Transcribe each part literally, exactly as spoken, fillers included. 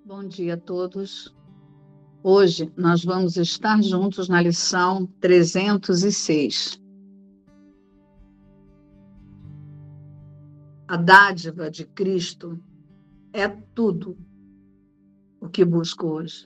Bom dia a todos. Hoje nós vamos estar juntos na lição trezentos e seis. A dádiva de Cristo é tudo o que busco hoje.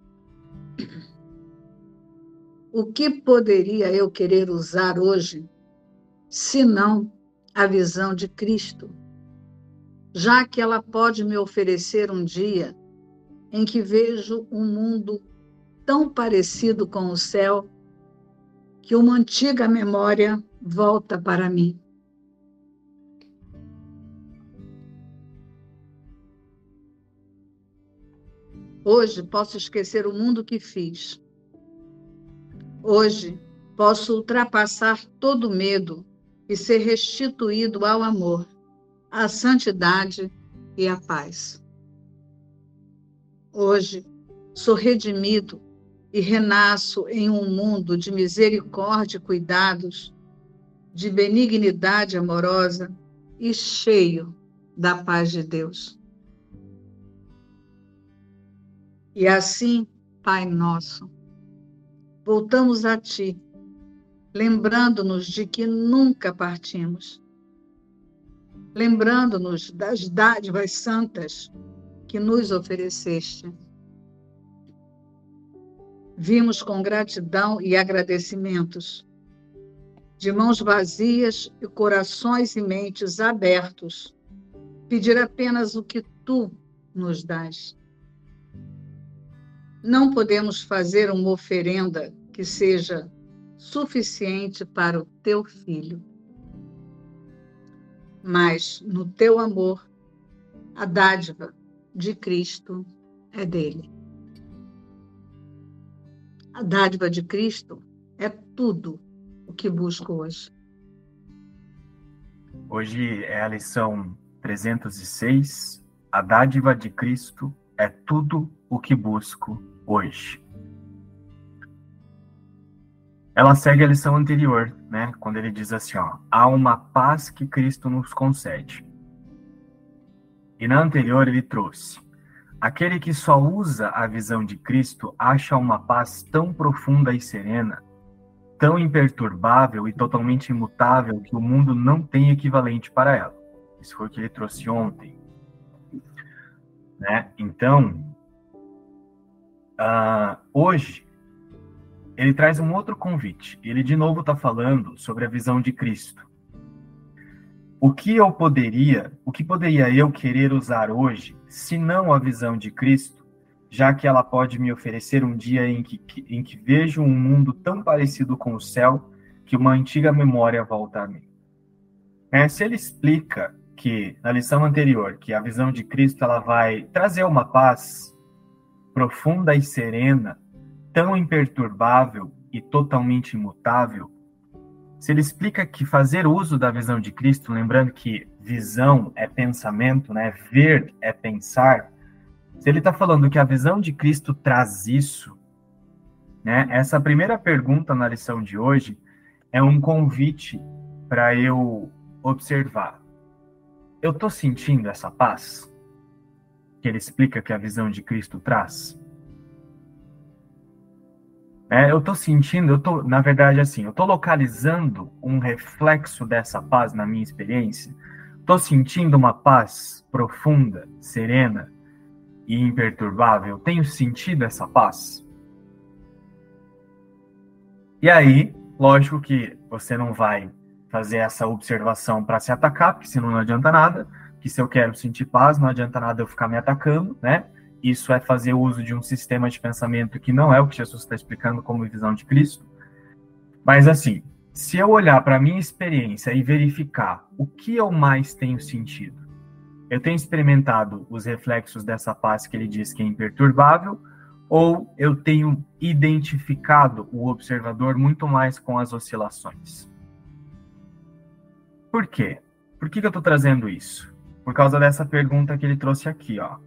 O que poderia eu querer usar hoje, senão a visão de Cristo, já que ela pode me oferecer um dia em que vejo um mundo tão parecido com o céu que uma antiga memória volta para mim. Hoje posso esquecer o mundo que fiz. Hoje posso ultrapassar todo medo e ser restituído ao amor, à santidade e à paz. Hoje sou redimido e renasço em um mundo de misericórdia e cuidados, de benignidade amorosa e cheio da paz de Deus. E assim, Pai nosso, voltamos a Ti, lembrando-nos de que nunca partimos, lembrando-nos das dádivas santas que nos ofereceste. Vimos com gratidão e agradecimentos, de mãos vazias e corações e mentes abertos, pedir apenas o que Tu nos dás. Não podemos fazer uma oferenda que seja suficiente para o Teu Filho. Mas, no Teu amor, a dádiva de Cristo é dele. A dádiva de Cristo é tudo o que busco hoje. Hoje é a lição trezentos e seis. A dádiva de Cristo é tudo o que busco hoje. Ela segue a lição anterior, né? Quando ele diz assim, ó, há uma paz que Cristo nos concede. E na anterior ele trouxe: aquele que só usa a visão de Cristo acha uma paz tão profunda e serena, tão imperturbável e totalmente imutável que o mundo não tem equivalente para ela. Isso foi o que ele trouxe ontem. Né? Então, uh, hoje, ele traz um outro convite. Ele de novo está falando sobre a visão de Cristo. O que eu poderia, o que poderia eu querer usar hoje, se não a visão de Cristo, já que ela pode me oferecer um dia em que, em que vejo um mundo tão parecido com o céu que uma antiga memória volta a mim. É, se ele explica que, na lição anterior, que a visão de Cristo ela vai trazer uma paz profunda e serena, tão imperturbável e totalmente imutável, se ele explica que fazer uso da visão de Cristo, lembrando que visão é pensamento, né? Ver é pensar, se ele está falando que a visão de Cristo traz isso, né? Essa primeira pergunta na lição de hoje é um convite para eu observar. Eu estou sentindo essa paz que ele explica que a visão de Cristo traz? É, eu estou sentindo, eu tô, na verdade, assim, eu estou localizando um reflexo dessa paz na minha experiência. Estou sentindo uma paz profunda, serena e imperturbável. Eu tenho sentido essa paz? E aí, lógico que você não vai fazer essa observação para se atacar, porque senão não adianta nada. Que se eu quero sentir paz, não adianta nada eu ficar me atacando, né? Isso é fazer uso de um sistema de pensamento que não é o que Jesus está explicando como visão de Cristo. Mas assim, se eu olhar para a minha experiência e verificar o que eu mais tenho sentido, eu tenho experimentado os reflexos dessa paz que ele diz que é imperturbável, ou eu tenho identificado o observador muito mais com as oscilações? Por quê? Por que que eu estou trazendo isso? Por causa dessa pergunta que ele trouxe aqui, ó.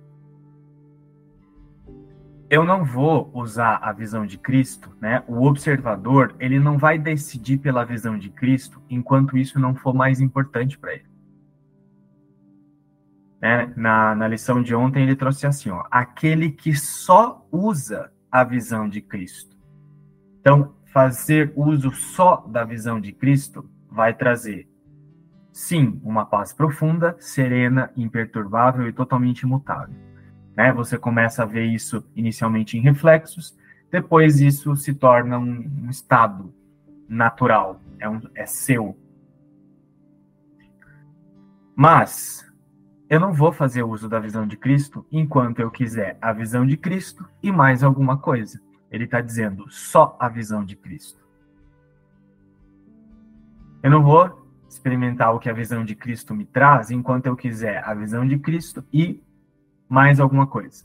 Eu não vou usar a visão de Cristo, né? O observador, ele não vai decidir pela visão de Cristo enquanto isso não for mais importante para ele. Né? Na, na lição de ontem ele trouxe assim, ó, aquele que só usa a visão de Cristo. Então, fazer uso só da visão de Cristo vai trazer, sim, uma paz profunda, serena, imperturbável e totalmente imutável. Né? Você começa a ver isso inicialmente em reflexos, depois isso se torna um, um estado natural, é, um, é seu. Mas eu não vou fazer uso da visão de Cristo enquanto eu quiser a visão de Cristo e mais alguma coisa. Ele está dizendo só a visão de Cristo. Eu não vou experimentar o que a visão de Cristo me traz enquanto eu quiser a visão de Cristo e mais alguma coisa.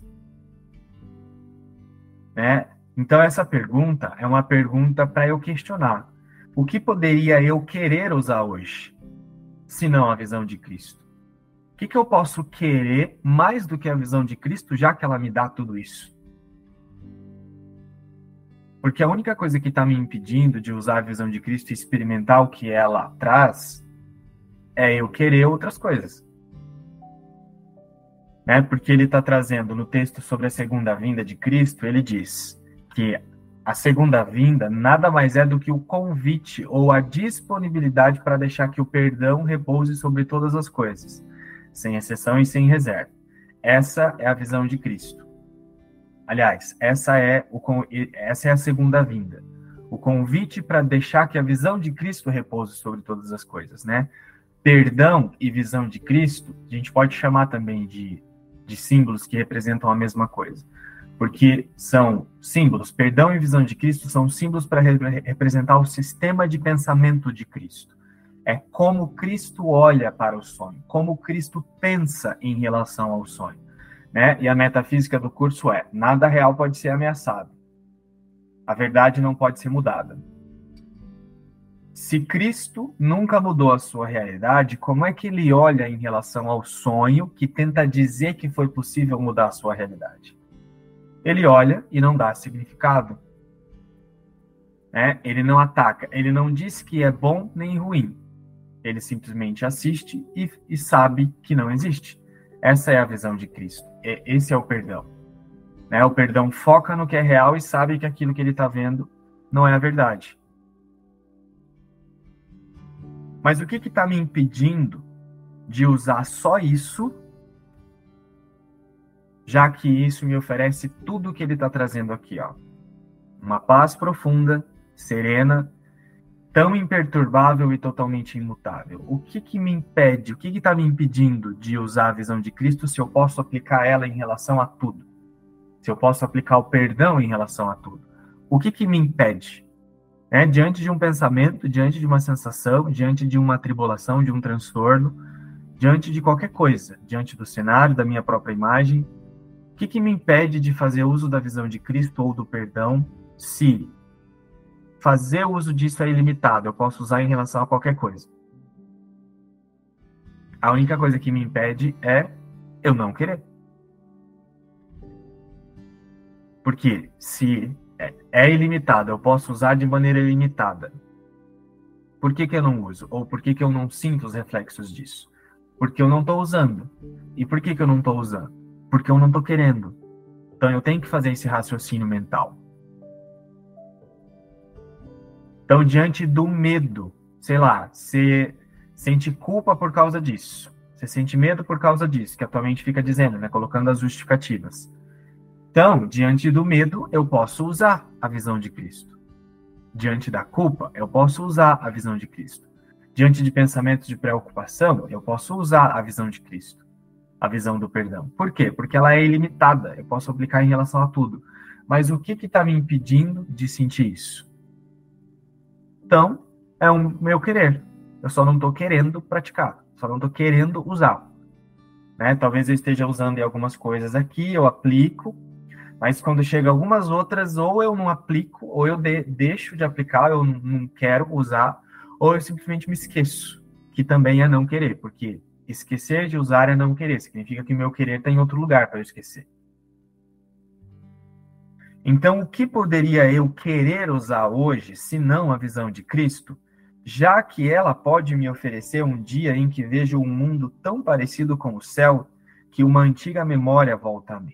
Né? Então, essa pergunta é uma pergunta para eu questionar. O que poderia eu querer usar hoje, se não a visão de Cristo? O que, que eu posso querer mais do que a visão de Cristo, já que ela me dá tudo isso? Porque a única coisa que está me impedindo de usar a visão de Cristo e experimentar o que ela traz é eu querer outras coisas. Né? Porque ele está trazendo no texto sobre a segunda vinda de Cristo, ele diz que a segunda vinda nada mais é do que o convite ou a disponibilidade para deixar que o perdão repouse sobre todas as coisas, sem exceção e sem reserva. Essa é a visão de Cristo. Aliás, essa é, o, essa é a segunda vinda. O convite para deixar que a visão de Cristo repouse sobre todas as coisas, né? Perdão e visão de Cristo, a gente pode chamar também de, de símbolos que representam a mesma coisa. Porque são símbolos, perdão e visão de Cristo são símbolos para re- representar o sistema de pensamento de Cristo. É como Cristo olha para o sonho, como Cristo pensa em relação ao sonho. Né? E a metafísica do curso é: nada real pode ser ameaçado. A verdade não pode ser mudada. Se Cristo nunca mudou a sua realidade, como é que ele olha em relação ao sonho que tenta dizer que foi possível mudar a sua realidade? Ele olha e não dá significado. Né? Ele não ataca, ele não diz que é bom nem ruim. Ele simplesmente assiste e, e sabe que não existe. Essa é a visão de Cristo. Esse é o perdão. Né? O perdão foca no que é real e sabe que aquilo que ele está vendo não é a verdade. Mas o que está me impedindo de usar só isso, já que isso me oferece tudo o que ele está trazendo aqui, ó? Uma paz profunda, serena, tão imperturbável e totalmente imutável. O que, que me impede, o que está me impedindo de usar a visão de Cristo se eu posso aplicar ela em relação a tudo? Se eu posso aplicar o perdão em relação a tudo? O que, que me impede? É, diante de um pensamento, diante de uma sensação, diante de uma tribulação, de um transtorno, diante de qualquer coisa, diante do cenário, da minha própria imagem, o que, que me impede de fazer uso da visão de Cristo ou do perdão se fazer uso disso é ilimitado? Eu posso usar em relação a qualquer coisa. A única coisa que me impede é eu não querer. Porque se é, é ilimitado, eu posso usar de maneira ilimitada. Por que, que eu não uso? Ou por que, que eu não sinto os reflexos disso? Porque eu não estou usando. E por que, que eu não estou usando? Porque eu não estou querendo. Então eu tenho que fazer esse raciocínio mental. Então, diante do medo, sei lá, você sente culpa por causa disso. Você sente medo por causa disso, que a tua mente fica dizendo, né? Colocando as justificativas. Então, diante do medo, eu posso usar a visão de Cristo. Diante da culpa, eu posso usar a visão de Cristo. Diante de pensamentos de preocupação, eu posso usar a visão de Cristo. A visão do perdão. Por quê? Porque ela é ilimitada. Eu posso aplicar em relação a tudo. Mas o que está me impedindo de sentir isso? Então, é um meu querer. Eu só não estou querendo praticar. Só não estou querendo usar. Né? Talvez eu esteja usando em algumas coisas aqui, eu aplico, mas quando chega algumas outras, ou eu não aplico, ou eu de, deixo de aplicar, eu não, não quero usar, ou eu simplesmente me esqueço, que também é não querer, porque esquecer de usar é não querer, significa que o meu querer está em outro lugar para eu esquecer. Então, o que poderia eu querer usar hoje, se não a visão de Cristo, já que ela pode me oferecer um dia em que vejo um mundo tão parecido com o céu, que uma antiga memória volta a mim.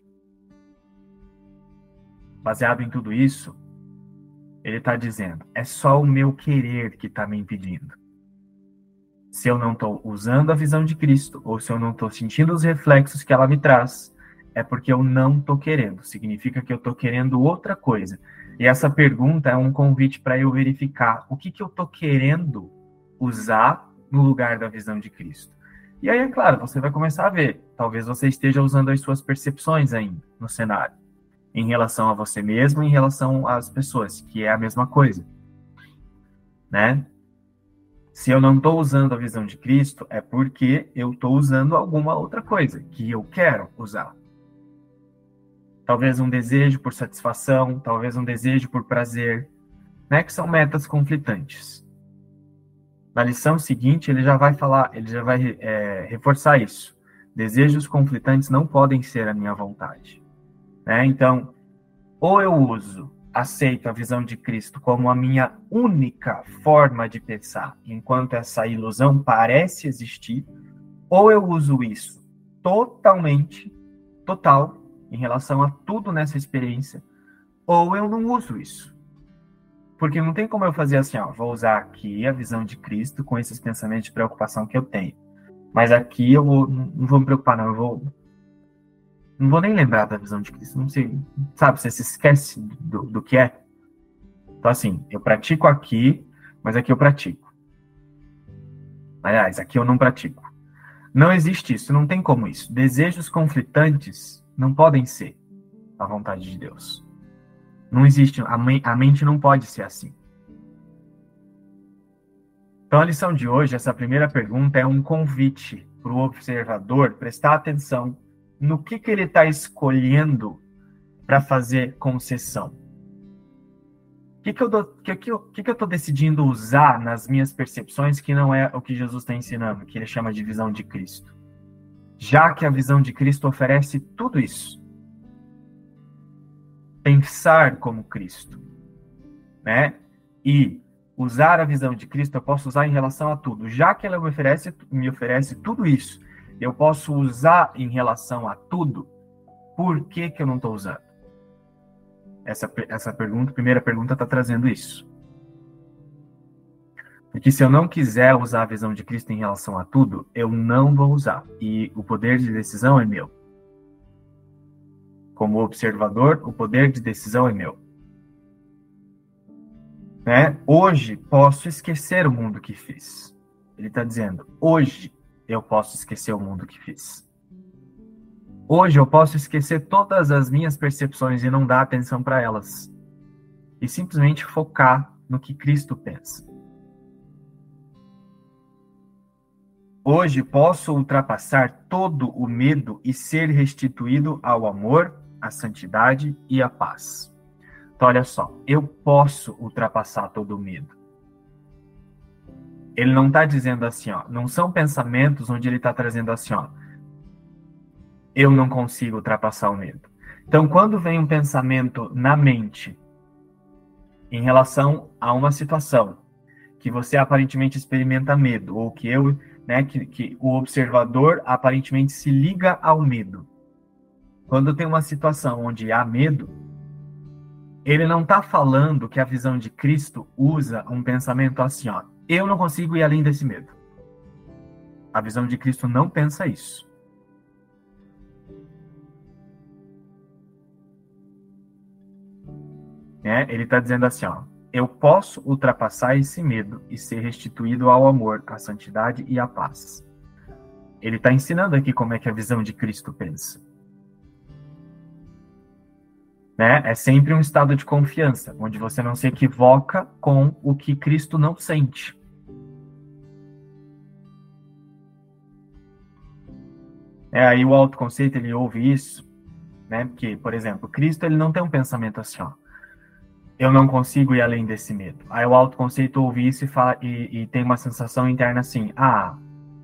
Baseado em tudo isso, ele está dizendo, é só o meu querer que está me impedindo. Se eu não estou usando a visão de Cristo, ou se eu não estou sentindo os reflexos que ela me traz, é porque eu não estou querendo. Significa que eu estou querendo outra coisa. E essa pergunta é um convite para eu verificar o que, que eu estou querendo usar no lugar da visão de Cristo. E aí, é claro, você vai começar a ver. Talvez você esteja usando as suas percepções ainda no cenário, em relação a você mesmo, em relação às pessoas, que é a mesma coisa, né? Se eu não estou usando a visão de Cristo, é porque eu estou usando alguma outra coisa que eu quero usar. Talvez um desejo por satisfação, talvez um desejo por prazer, né? Que são metas conflitantes. Na lição seguinte, ele já vai falar, ele já vai é, reforçar isso. Desejos conflitantes não podem ser a minha vontade. Né? Então, ou eu uso, aceito a visão de Cristo como a minha única forma de pensar, enquanto essa ilusão parece existir, ou eu uso isso totalmente, total, em relação a tudo nessa experiência, ou eu não uso isso. Porque não tem como eu fazer assim, ó, vou usar aqui a visão de Cristo com esses pensamentos de preocupação que eu tenho. Mas aqui eu vou, não vou me preocupar, não, eu vou... Não vou nem lembrar da visão de Cristo, não sei, sabe, você se esquece do, do que é. Então assim, eu pratico aqui, mas aqui eu pratico. Aliás, aqui eu não pratico. Não existe isso, não tem como isso. Desejos conflitantes não podem ser a vontade de Deus. Não existe, a, me, a mente não pode ser assim. Então a lição de hoje, essa primeira pergunta, é um convite para o observador prestar atenção no que, que ele está escolhendo para fazer concessão. O que, que eu estou que, que, que que eu decidindo usar nas minhas percepções que não é o que Jesus está ensinando, que ele chama de visão de Cristo? Já que a visão de Cristo oferece tudo isso. Pensar como Cristo, né? E usar a visão de Cristo eu posso usar em relação a tudo. Já que ela me oferece, me oferece tudo isso, eu posso usar em relação a tudo, por que que eu não estou usando? Essa, essa pergunta, a primeira pergunta está trazendo isso. Porque se eu não quiser usar a visão de Cristo em relação a tudo, eu não vou usar. E o poder de decisão é meu. Como observador, o poder de decisão é meu. Né? Hoje, posso esquecer o mundo que fiz. Ele está dizendo, hoje eu posso esquecer o mundo que fiz. Hoje eu posso esquecer todas as minhas percepções e não dar atenção para elas. E simplesmente focar no que Cristo pensa. Hoje posso ultrapassar todo o medo e ser restituído ao amor, à santidade e à paz. Então, olha só, eu posso ultrapassar todo o medo. Ele não está dizendo assim, ó, não são pensamentos onde ele está trazendo assim, ó, eu não consigo ultrapassar o medo. Então, quando vem um pensamento na mente em relação a uma situação que você aparentemente experimenta medo, ou que eu, né, que, que o observador aparentemente se liga ao medo. Quando tem uma situação onde há medo, ele não está falando que a visão de Cristo usa um pensamento assim, ó, eu não consigo ir além desse medo. A visão de Cristo não pensa isso. É, ele está dizendo assim, ó, eu posso ultrapassar esse medo e ser restituído ao amor, à santidade e à paz. Ele está ensinando aqui como é que a visão de Cristo pensa. Né? É sempre um estado de confiança, onde você não se equivoca com o que Cristo não sente. É, aí o autoconceito, ele ouve isso, né? Porque, por exemplo, Cristo, ele não tem um pensamento assim, ó, eu não consigo ir além desse medo. Aí o autoconceito ouve isso e, fala, e, e tem uma sensação interna assim, ah,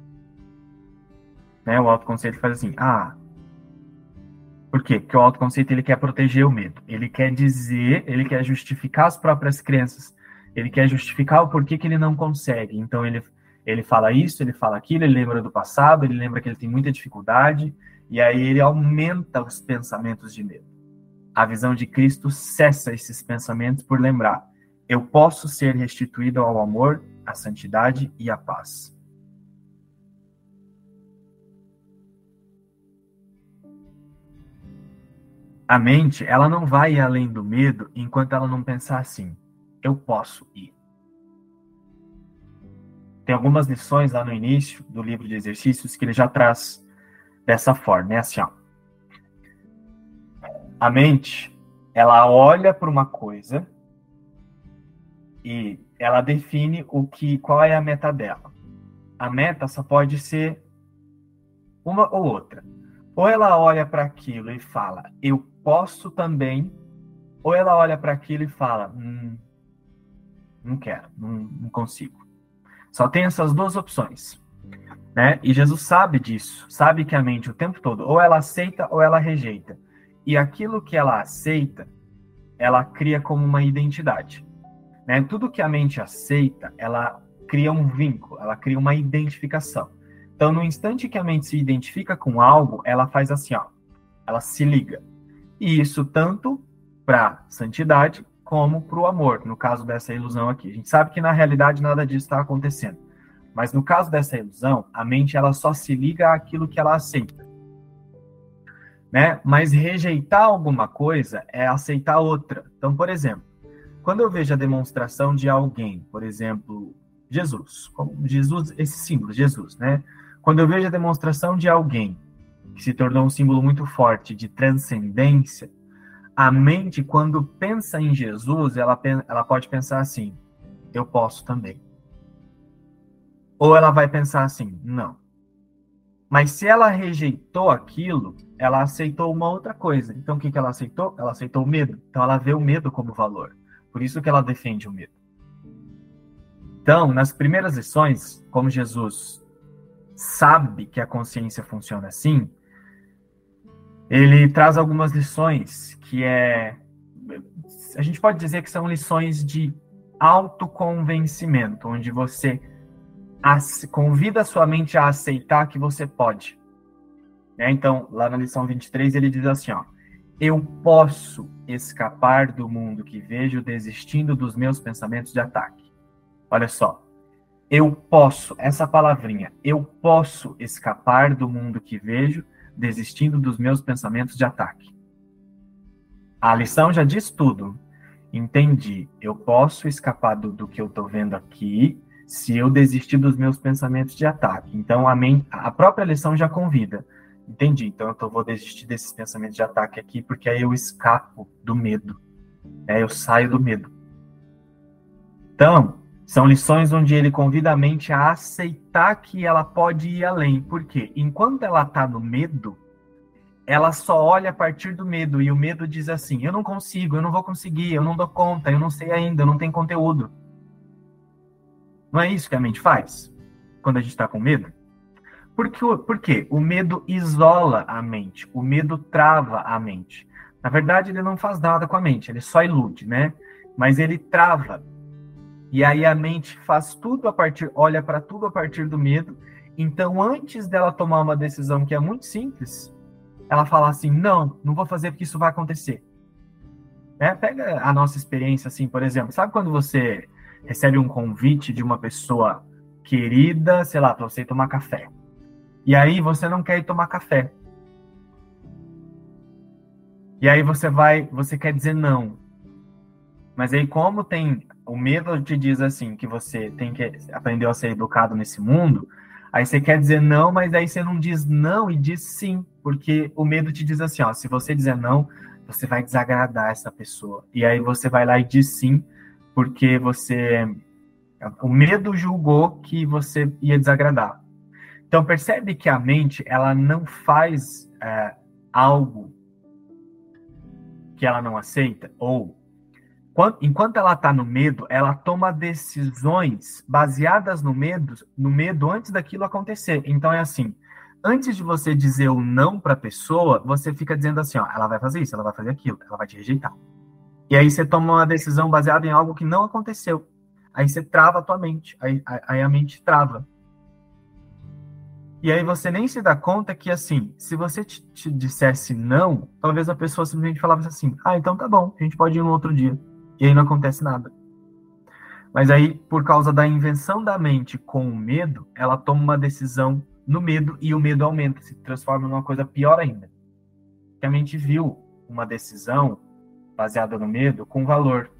né? O autoconceito faz assim, ah, por quê? Porque o autoconceito, ele quer proteger o medo. Ele quer dizer, ele quer justificar as próprias crenças. Ele quer justificar o porquê que ele não consegue. Então, ele, ele fala isso, ele fala aquilo, ele lembra do passado, ele lembra que ele tem muita dificuldade, E aí ele aumenta os pensamentos de medo. A visão de Cristo cessa esses pensamentos por lembrar: eu posso ser restituído ao amor, à santidade e à paz. A mente, ela não vai além do medo enquanto ela não pensar assim: eu posso ir. Tem algumas lições lá no início do livro de exercícios que ele já traz dessa forma, é assim, ó. A mente, ela olha para uma coisa e ela define o que, qual é a meta dela. A meta só pode ser uma ou outra. Ou ela olha para aquilo e fala: eu posso também, ou ela olha para aquilo e fala: hum, não quero, não, não consigo. Só tem essas duas opções, né? E Jesus sabe disso, sabe que a mente o tempo todo, ou ela aceita ou ela rejeita. E aquilo que ela aceita, ela cria como uma identidade, né? Tudo que a mente aceita, ela cria um vínculo, ela cria uma identificação. Então, no instante que a mente se identifica com algo, ela faz assim, ó, ela se liga. E isso tanto para santidade como para o amor, no caso dessa ilusão aqui. A gente sabe que na realidade nada disso está acontecendo. Mas no caso dessa ilusão, a mente ela só se liga àquilo que ela aceita, né? Mas rejeitar alguma coisa é aceitar outra. Então, por exemplo, quando eu vejo a demonstração de alguém, por exemplo, Jesus, como Jesus, esse símbolo, Jesus, né? Quando eu vejo a demonstração de alguém que se tornou um símbolo muito forte de transcendência, a mente, quando pensa em Jesus, ela, ela pode pensar assim: eu posso também. Ou ela vai pensar assim: não. Mas se ela rejeitou aquilo, ela aceitou uma outra coisa. Então, o que, que ela aceitou? Ela aceitou o medo. Então, ela vê o medo como valor. Por isso que ela defende o medo. Então, nas primeiras lições, como Jesus sabe que a consciência funciona assim, ele traz algumas lições que é... a gente pode dizer que são lições de autoconvencimento, onde você convida a sua mente a aceitar que você pode. Né? Então, lá na lição vinte e três, ele diz assim, ó: eu posso escapar do mundo que vejo desistindo dos meus pensamentos de ataque. Olha só. Eu posso, essa palavrinha, eu posso escapar do mundo que vejo desistindo dos meus pensamentos de ataque. A lição já diz tudo. Entendi. Eu posso escapar do, do que eu estou vendo aqui se eu desistir dos meus pensamentos de ataque. Então, a, mente, a própria lição já convida. Entendi. Então, eu tô, vou desistir desses pensamentos de ataque aqui, porque aí eu escapo do medo. Né? Eu saio do medo. Então, são lições onde ele convida a mente a aceitar que ela pode ir além. Por quê? Enquanto ela está no medo, ela só olha a partir do medo. E o medo diz assim: eu não consigo, eu não vou conseguir, eu não dou conta, eu não sei ainda, eu não tenho conteúdo. Não é isso que a mente faz quando a gente está com medo? Por quê? Por quê? O medo isola a mente, o medo trava a mente. Na verdade, ele não faz nada com a mente, ele só ilude, né? Mas ele trava. E aí a mente faz tudo a partir, olha para tudo a partir do medo. Então, antes dela tomar uma decisão que é muito simples, ela fala assim: não, não vou fazer porque isso vai acontecer. Né? Pega a nossa experiência assim, por exemplo, sabe quando você recebe um convite de uma pessoa querida, sei lá, para você ir tomar café. E aí você não quer ir tomar café. E aí você vai, você quer dizer não. Mas aí como tem, o medo te diz assim, que você tem que aprender a ser educado nesse mundo, aí você quer dizer não, mas aí você não diz não e diz sim, porque o medo te diz assim, ó, se você dizer não, você vai desagradar essa pessoa. E aí você vai lá e diz sim, porque você, o medo julgou que você ia desagradar. Então percebe que a mente, ela não faz é, algo que ela não aceita, ou enquanto ela está no medo, ela toma decisões baseadas no medo, no medo antes daquilo acontecer. Então é assim, antes de você dizer o não para a pessoa, você fica dizendo assim, ó, ela vai fazer isso, ela vai fazer aquilo, ela vai te rejeitar. E aí você toma uma decisão baseada em algo que não aconteceu. Aí você trava a tua mente, aí, aí a mente trava. E aí você nem se dá conta que, assim, se você te, te dissesse não, talvez a pessoa simplesmente falava assim, ah, então tá bom, a gente pode ir no outro dia. E aí não acontece nada. Mas aí, por causa da invenção da mente com o medo, ela toma uma decisão no medo e o medo aumenta, se transforma numa coisa pior ainda. Porque a mente viu uma decisão baseada no medo com valor.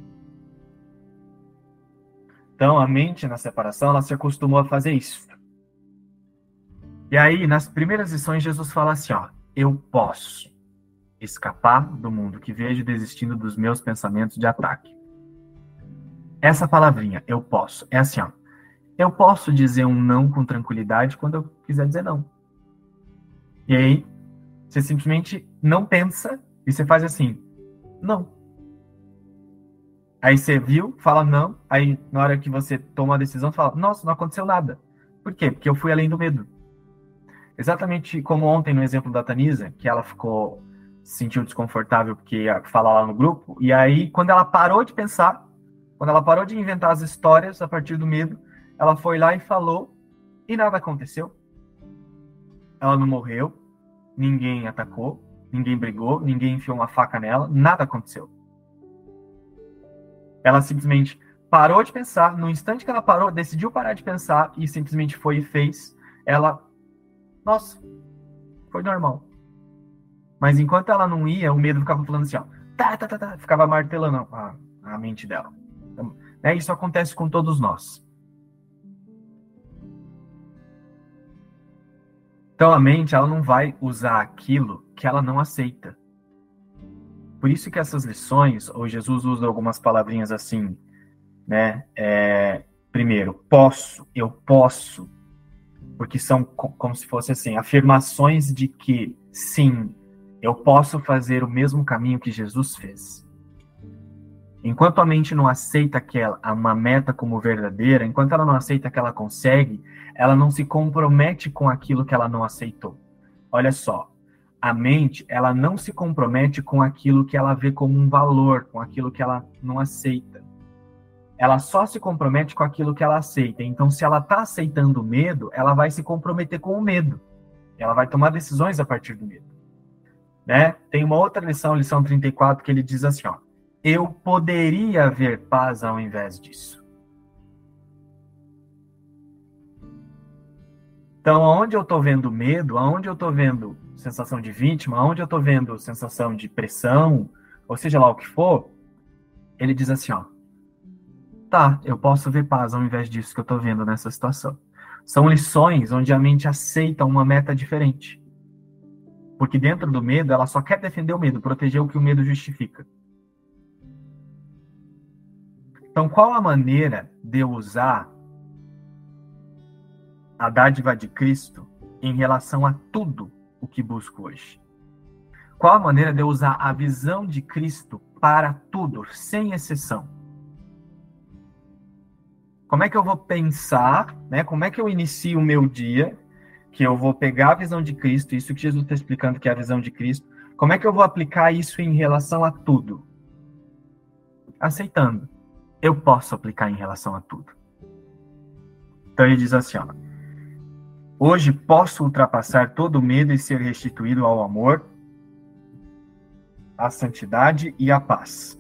Então, a mente, na separação, ela se acostumou a fazer isso. E aí, nas primeiras lições, Jesus fala assim, ó, eu posso escapar do mundo que vejo desistindo dos meus pensamentos de ataque. Essa palavrinha, eu posso, é assim, ó, eu posso dizer um não com tranquilidade quando eu quiser dizer não. E aí, você simplesmente não pensa e você faz assim, não. Aí você viu, fala não, aí na hora que você toma a decisão, fala, nossa, não aconteceu nada. Por quê? Porque eu fui além do medo. Exatamente como ontem no exemplo da Tanisa, que ela ficou, se sentiu desconfortável porque ia falar lá no grupo, e aí quando ela parou de pensar, quando ela parou de inventar as histórias a partir do medo, ela foi lá e falou, e nada aconteceu. Ela não morreu, ninguém atacou, ninguém brigou, ninguém enfiou uma faca nela, nada aconteceu. Ela simplesmente parou de pensar, no instante que ela parou, decidiu parar de pensar e simplesmente foi e fez, ela, nossa, foi normal. Mas enquanto ela não ia, o medo ficava falando assim, ó, tá, tá, tá, tá, ficava martelando a, a mente dela. Então, né, isso acontece com todos nós. Então a mente, ela não vai usar aquilo que ela não aceita. Por isso que essas lições, ou Jesus usa algumas palavrinhas assim, né? É, primeiro, posso, eu posso, porque são co- como se fosse assim, afirmações de que sim, eu posso fazer o mesmo caminho que Jesus fez. Enquanto a mente não aceita aquela, uma meta como verdadeira, enquanto ela não aceita que ela consegue, ela não se compromete com aquilo que ela não aceitou. Olha só, a mente, ela não se compromete com aquilo que ela vê como um valor, com aquilo que ela não aceita. Ela só se compromete com aquilo que ela aceita. Então, se ela está aceitando o medo, ela vai se comprometer com o medo. Ela vai tomar decisões a partir do medo. Né? Tem uma outra lição, lição trinta e quatro, que ele diz assim, ó, eu poderia ver paz ao invés disso. Então, aonde eu estou vendo medo, aonde eu estou vendo sensação de vítima, aonde eu estou vendo sensação de pressão, ou seja lá o que for, ele diz assim, ó, tá, eu posso ver paz ao invés disso que eu estou vendo nessa situação. São lições onde a mente aceita uma meta diferente. Porque dentro do medo, ela só quer defender o medo, proteger o que o medo justifica. Então, qual a maneira de eu usar a dádiva de Cristo em relação a tudo o que busco hoje? Qual a maneira de eu usar a visão de Cristo para tudo, sem exceção? Como é que eu vou pensar, né? Como é que eu inicio o meu dia, que eu vou pegar a visão de Cristo, isso que Jesus está explicando que é a visão de Cristo, como é que eu vou aplicar isso em relação a tudo? Aceitando. Eu posso aplicar em relação a tudo. Então ele diz assim, ó, hoje posso ultrapassar todo o medo e ser restituído ao amor, à santidade e à paz.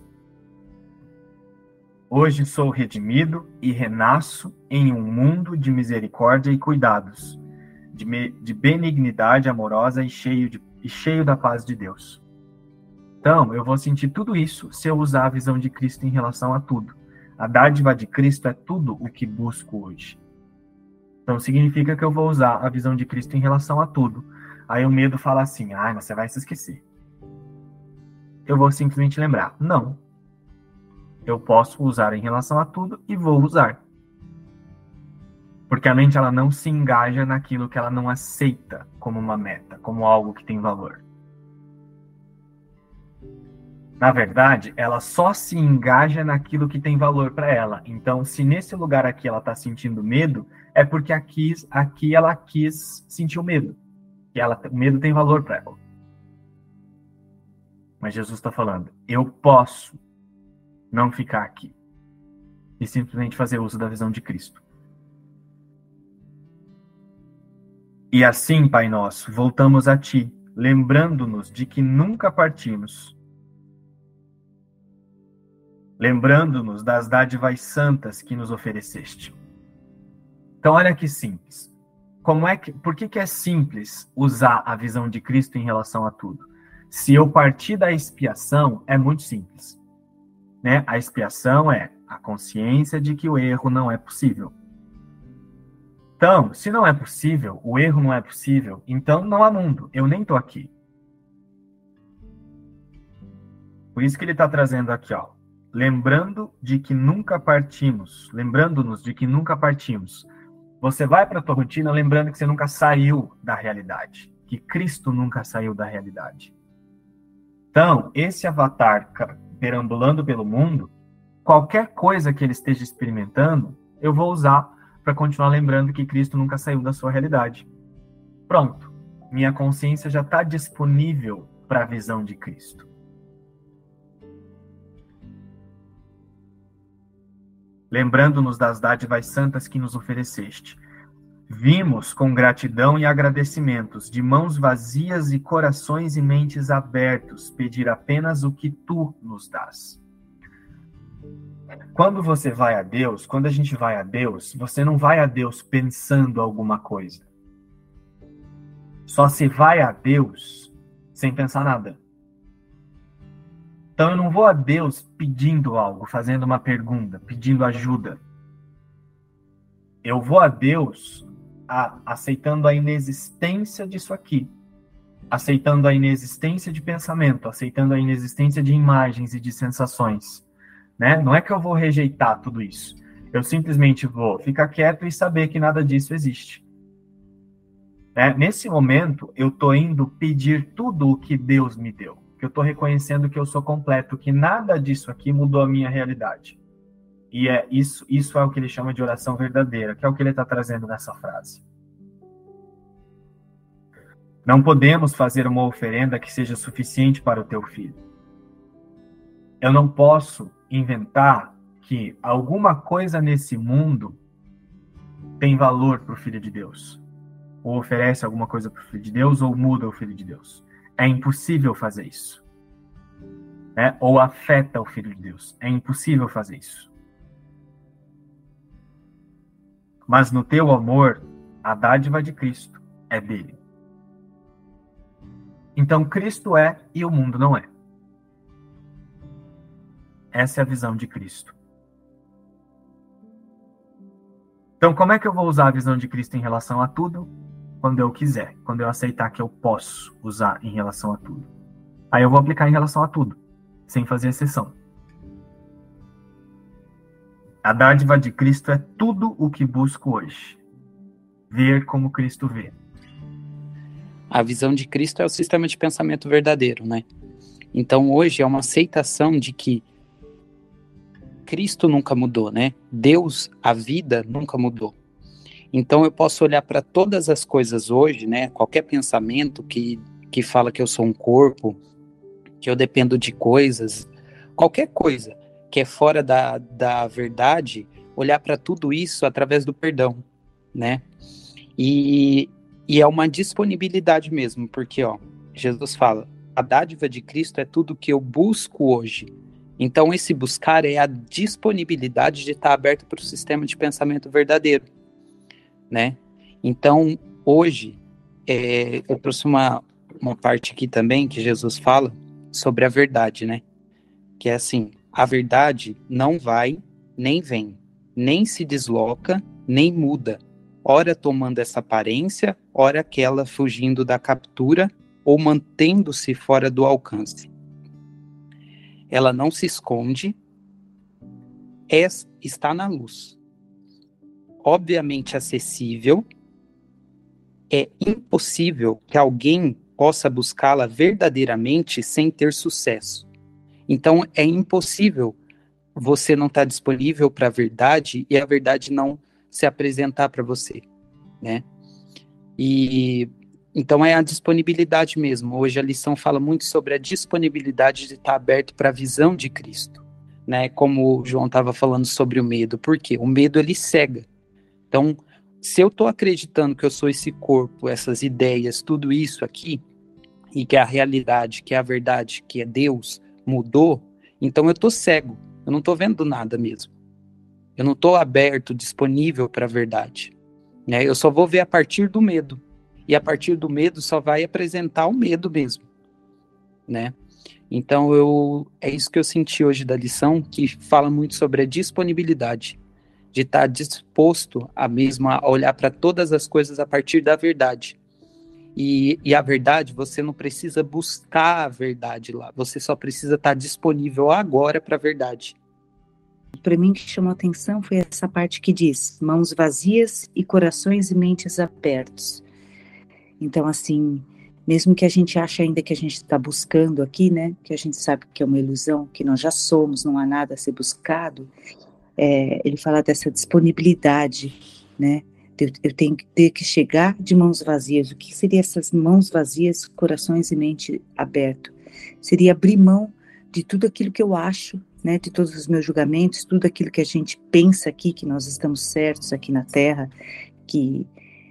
Hoje sou redimido e renasço em um mundo de misericórdia e cuidados, de, me, de benignidade amorosa e cheio, de, e cheio da paz de Deus. Então, eu vou sentir tudo isso se eu usar a visão de Cristo em relação a tudo. A dádiva de Cristo é tudo o que busco hoje. Então, significa que eu vou usar a visão de Cristo em relação a tudo. Aí o medo fala assim, ah, mas você vai se esquecer. Eu vou simplesmente lembrar, não. Eu posso usar em relação a tudo e vou usar. Porque a mente ela não se engaja naquilo que ela não aceita como uma meta, como algo que tem valor. Na verdade, ela só se engaja naquilo que tem valor para ela. Então, se nesse lugar aqui ela está sentindo medo, é porque aqui, aqui ela quis sentir o medo. Que ela, o medo tem valor para ela. Mas Jesus está falando, eu posso não ficar aqui e simplesmente fazer uso da visão de Cristo. E assim, Pai nosso, voltamos a Ti, lembrando-nos de que nunca partimos, lembrando-nos das dádivas santas que nos ofereceste. Então, olha que simples. Como é que, por que, que é simples usar a visão de Cristo em relação a tudo? Se eu partir da expiação, é muito simples, né? A expiação é a consciência de que o erro não é possível. Então, se não é possível, o erro não é possível, então não há mundo, eu nem estou aqui. Por isso que ele está trazendo aqui, ó, lembrando de que nunca partimos, lembrando-nos de que nunca partimos. Você vai para a tua rotina lembrando que você nunca saiu da realidade, que Cristo nunca saiu da realidade. Então, esse avatar perambulando pelo mundo, qualquer coisa que ele esteja experimentando, eu vou usar para continuar lembrando que Cristo nunca saiu da sua realidade. Pronto. Minha consciência já está disponível para a visão de Cristo. Lembrando-nos das dádivas santas que nos ofereceste. Vimos com gratidão e agradecimentos, de mãos vazias e corações e mentes abertos, pedir apenas o que tu nos dás. Quando você vai a Deus, quando a gente vai a Deus, você não vai a Deus pensando alguma coisa. Só se vai a Deus sem pensar nada. Então eu não vou a Deus pedindo algo, fazendo uma pergunta, pedindo ajuda. Eu vou a Deus a, aceitando a inexistência disso aqui. Aceitando a inexistência de pensamento, aceitando a inexistência de imagens e de sensações. Né? Não é que eu vou rejeitar tudo isso. Eu simplesmente vou ficar quieto e saber que nada disso existe. Né? Nesse momento, eu estou indo pedir tudo o que Deus me deu. Que eu estou reconhecendo que eu sou completo, que nada disso aqui mudou a minha realidade. E é isso, isso é o que ele chama de oração verdadeira, que é o que ele está trazendo nessa frase. Não podemos fazer uma oferenda que seja suficiente para o teu filho. Eu não posso inventar que alguma coisa nesse mundo tem valor para o Filho de Deus. Ou oferece alguma coisa para o Filho de Deus, ou muda o Filho de Deus. É impossível fazer isso. Né? Ou afeta o Filho de Deus. É impossível fazer isso. Mas no teu amor, a dádiva de Cristo é dele. Então Cristo é e o mundo não é. Essa é a visão de Cristo. Então, como é que eu vou usar a visão de Cristo em relação a tudo? Quando eu quiser, quando eu aceitar que eu posso usar em relação a tudo. Aí eu vou aplicar em relação a tudo, sem fazer exceção. A dádiva de Cristo é tudo o que busco hoje. Ver como Cristo vê. A visão de Cristo é o sistema de pensamento verdadeiro, né? Então, hoje é uma aceitação de que Cristo nunca mudou, né? Deus, a vida, nunca mudou. Então eu posso olhar para todas as coisas hoje, né? Qualquer pensamento que, que fala que eu sou um corpo, que eu dependo de coisas, qualquer coisa que é fora da, da verdade, olhar para tudo isso através do perdão, né? E, e é uma disponibilidade mesmo, porque ó, Jesus fala, a dádiva de Cristo é tudo que eu busco hoje. Então, esse buscar é a disponibilidade de estar aberto para o sistema de pensamento verdadeiro, né? Então, hoje, é, eu trouxe uma, uma parte aqui também que Jesus fala sobre a verdade, né? Que é assim, a verdade não vai, nem vem, nem se desloca, nem muda. Ora tomando essa aparência, ora aquela fugindo da captura ou mantendo-se fora do alcance. Ela não se esconde, é, está na luz. Obviamente acessível, é impossível que alguém possa buscá-la verdadeiramente sem ter sucesso. Então, é impossível você não estar disponível para a verdade e a verdade não se apresentar para você, né? E então é a disponibilidade mesmo. Hoje a lição fala muito sobre a disponibilidade de estar aberto para a visão de Cristo, né? Como o João estava falando sobre o medo. Por quê? O medo, ele cega. Então, se eu estou acreditando que eu sou esse corpo, essas ideias, tudo isso aqui, e que a realidade, que a verdade, que é Deus, mudou, então eu estou cego, eu não estou vendo nada mesmo. Eu não estou aberto, disponível para a verdade. Né? Eu só vou ver a partir do medo. E a partir do medo só vai apresentar o medo mesmo. Né? Então eu, é isso que eu senti hoje da lição, que fala muito sobre a disponibilidade. De estar disposto a mesmo a olhar para todas as coisas a partir da verdade. E, e a verdade, você não precisa buscar a verdade lá. Você só precisa estar disponível agora para a verdade. Para mim, o que chamou a atenção foi essa parte que diz: mãos vazias e corações e mentes abertos. Então, assim, mesmo que a gente ache ainda que a gente está buscando aqui, né, que a gente sabe que é uma ilusão, que nós já somos, não há nada a ser buscado, é, ele fala dessa disponibilidade, né, eu, eu tenho que ter que chegar de mãos vazias. O que seria essas mãos vazias, corações e mente aberto? Seria abrir mão de tudo aquilo que eu acho, né, de todos os meus julgamentos, tudo aquilo que a gente pensa aqui, que nós estamos certos aqui na Terra, que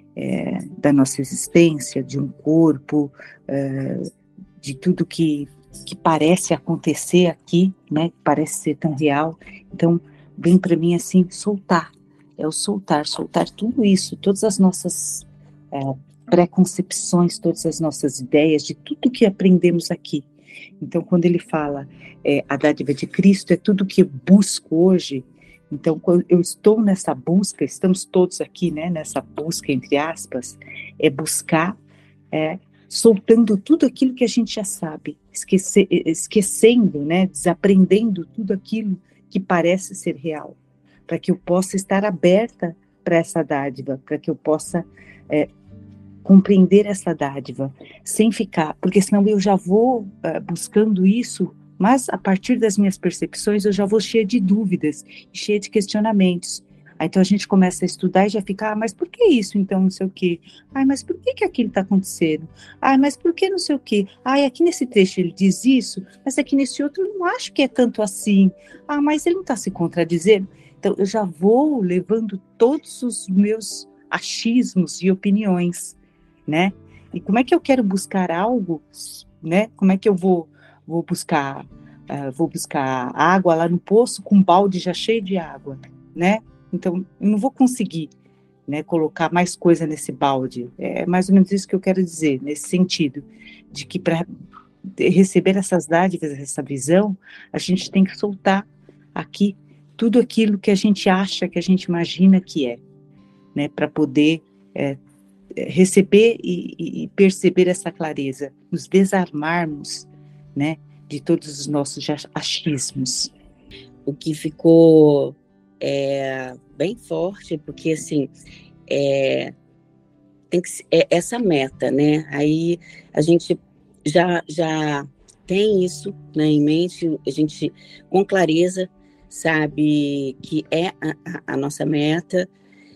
é, da nossa existência, de um corpo, é, de tudo que, que parece acontecer aqui, né, que parece ser tão real. Então, vem para mim assim, soltar, é o soltar, soltar tudo isso, todas as nossas é, preconcepções, todas as nossas ideias, de tudo que aprendemos aqui. Então, quando ele fala é, a dádiva de Cristo é tudo que eu busco hoje, então, quando eu estou nessa busca, estamos todos aqui, né, nessa busca, entre aspas, é buscar, é, soltando tudo aquilo que a gente já sabe, esquecer, esquecendo, né, desaprendendo tudo aquilo que parece ser real, para que eu possa estar aberta para essa dádiva, para que eu possa é, compreender essa dádiva, sem ficar, porque senão eu já vou uh, buscando isso, mas a partir das minhas percepções eu já vou cheia de dúvidas, cheia de questionamentos. Aí, então a gente começa a estudar e já fica, ah, mas por que isso então, não sei o quê? Ah, mas por que que aquilo está acontecendo? Ah, mas por que não sei o quê? Ah, aqui nesse trecho ele diz isso, mas aqui nesse outro eu não acho que é tanto assim. Ah, mas ele não está se contradizendo? Então eu já vou levando todos os meus achismos e opiniões, né? E como é que eu quero buscar algo, né? Como é que eu vou, vou buscar, uh, vou buscar água lá no poço com um balde já cheio de água, né? Então, eu não vou conseguir, né, colocar mais coisa nesse balde. É mais ou menos isso que eu quero dizer, nesse sentido, de que para receber essas dádivas, essa visão, a gente tem que soltar aqui tudo aquilo que a gente acha, que a gente imagina que é, né? Para poder é, receber e, e perceber essa clareza, nos desarmarmos, né, de todos os nossos achismos. O que ficou é, bem forte, porque assim, é, tem que é essa meta, né? Aí a gente já, já tem isso, né, em mente, a gente com clareza sabe que é a, a nossa meta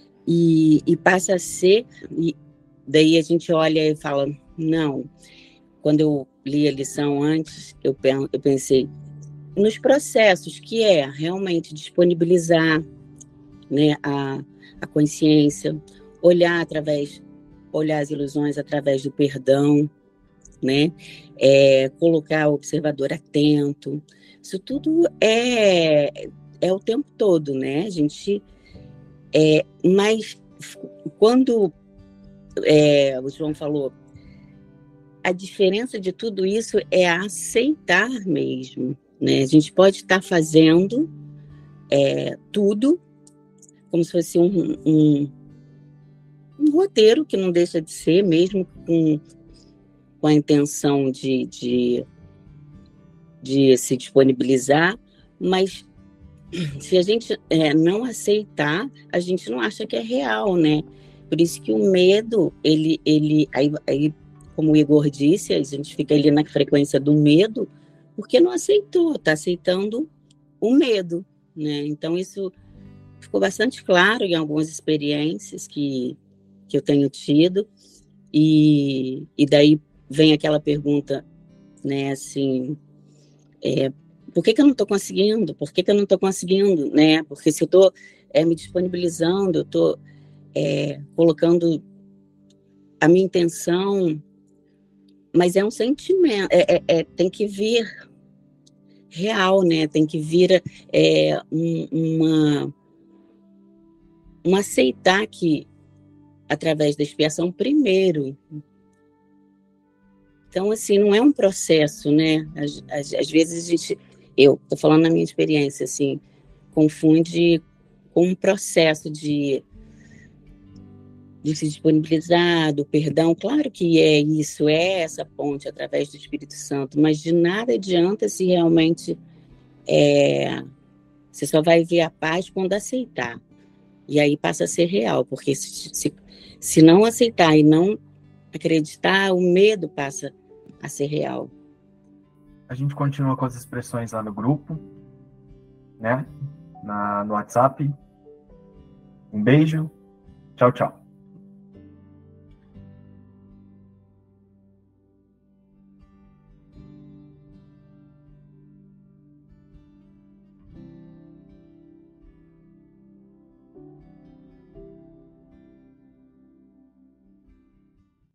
e, e passa a ser, e daí a gente olha e fala, não, quando eu li a lição antes, eu, eu pensei nos processos, que é realmente disponibilizar, né, a, a consciência, olhar através, olhar as ilusões através do perdão, né, é, colocar o observador atento, isso tudo é, é o tempo todo, né, a gente, é, mas quando é, o João falou, a diferença de tudo isso é aceitar mesmo, né? A gente pode estar fazendo é, tudo como se fosse um, um, um roteiro que não deixa de ser, mesmo com, com a intenção de, de, de se disponibilizar, mas se a gente é, não aceitar, a gente não acha que é real, né? Por isso que o medo, ele, ele aí, aí como o Igor disse, a gente fica ali na frequência do medo, porque não aceitou, está aceitando o medo, né? Então, isso ficou bastante claro em algumas experiências que, que eu tenho tido, e, e daí vem aquela pergunta, né, assim, é, por que que eu não estou conseguindo? Por que que eu não estou conseguindo, né? Porque se eu estou é, me disponibilizando, eu estou é, colocando a minha intenção, mas é um sentimento, é, é, é, tem que vir real, né? Tem que vir é, um, uma, um aceitar que, através da expiação, primeiro. Então, assim, não é um processo, né? Às, às, às vezes a gente, eu estou falando na minha experiência, assim, confunde com um processo de, de se disponibilizar, do perdão. Claro que é isso, é essa ponte através do Espírito Santo, mas de nada adianta se realmente é, você só vai ver a paz quando aceitar. E aí passa a ser real, porque se, se, se não aceitar e não acreditar, o medo passa a ser real. A gente continua com as expressões lá no grupo, né? Na, no WhatsApp. Um beijo. Tchau, tchau.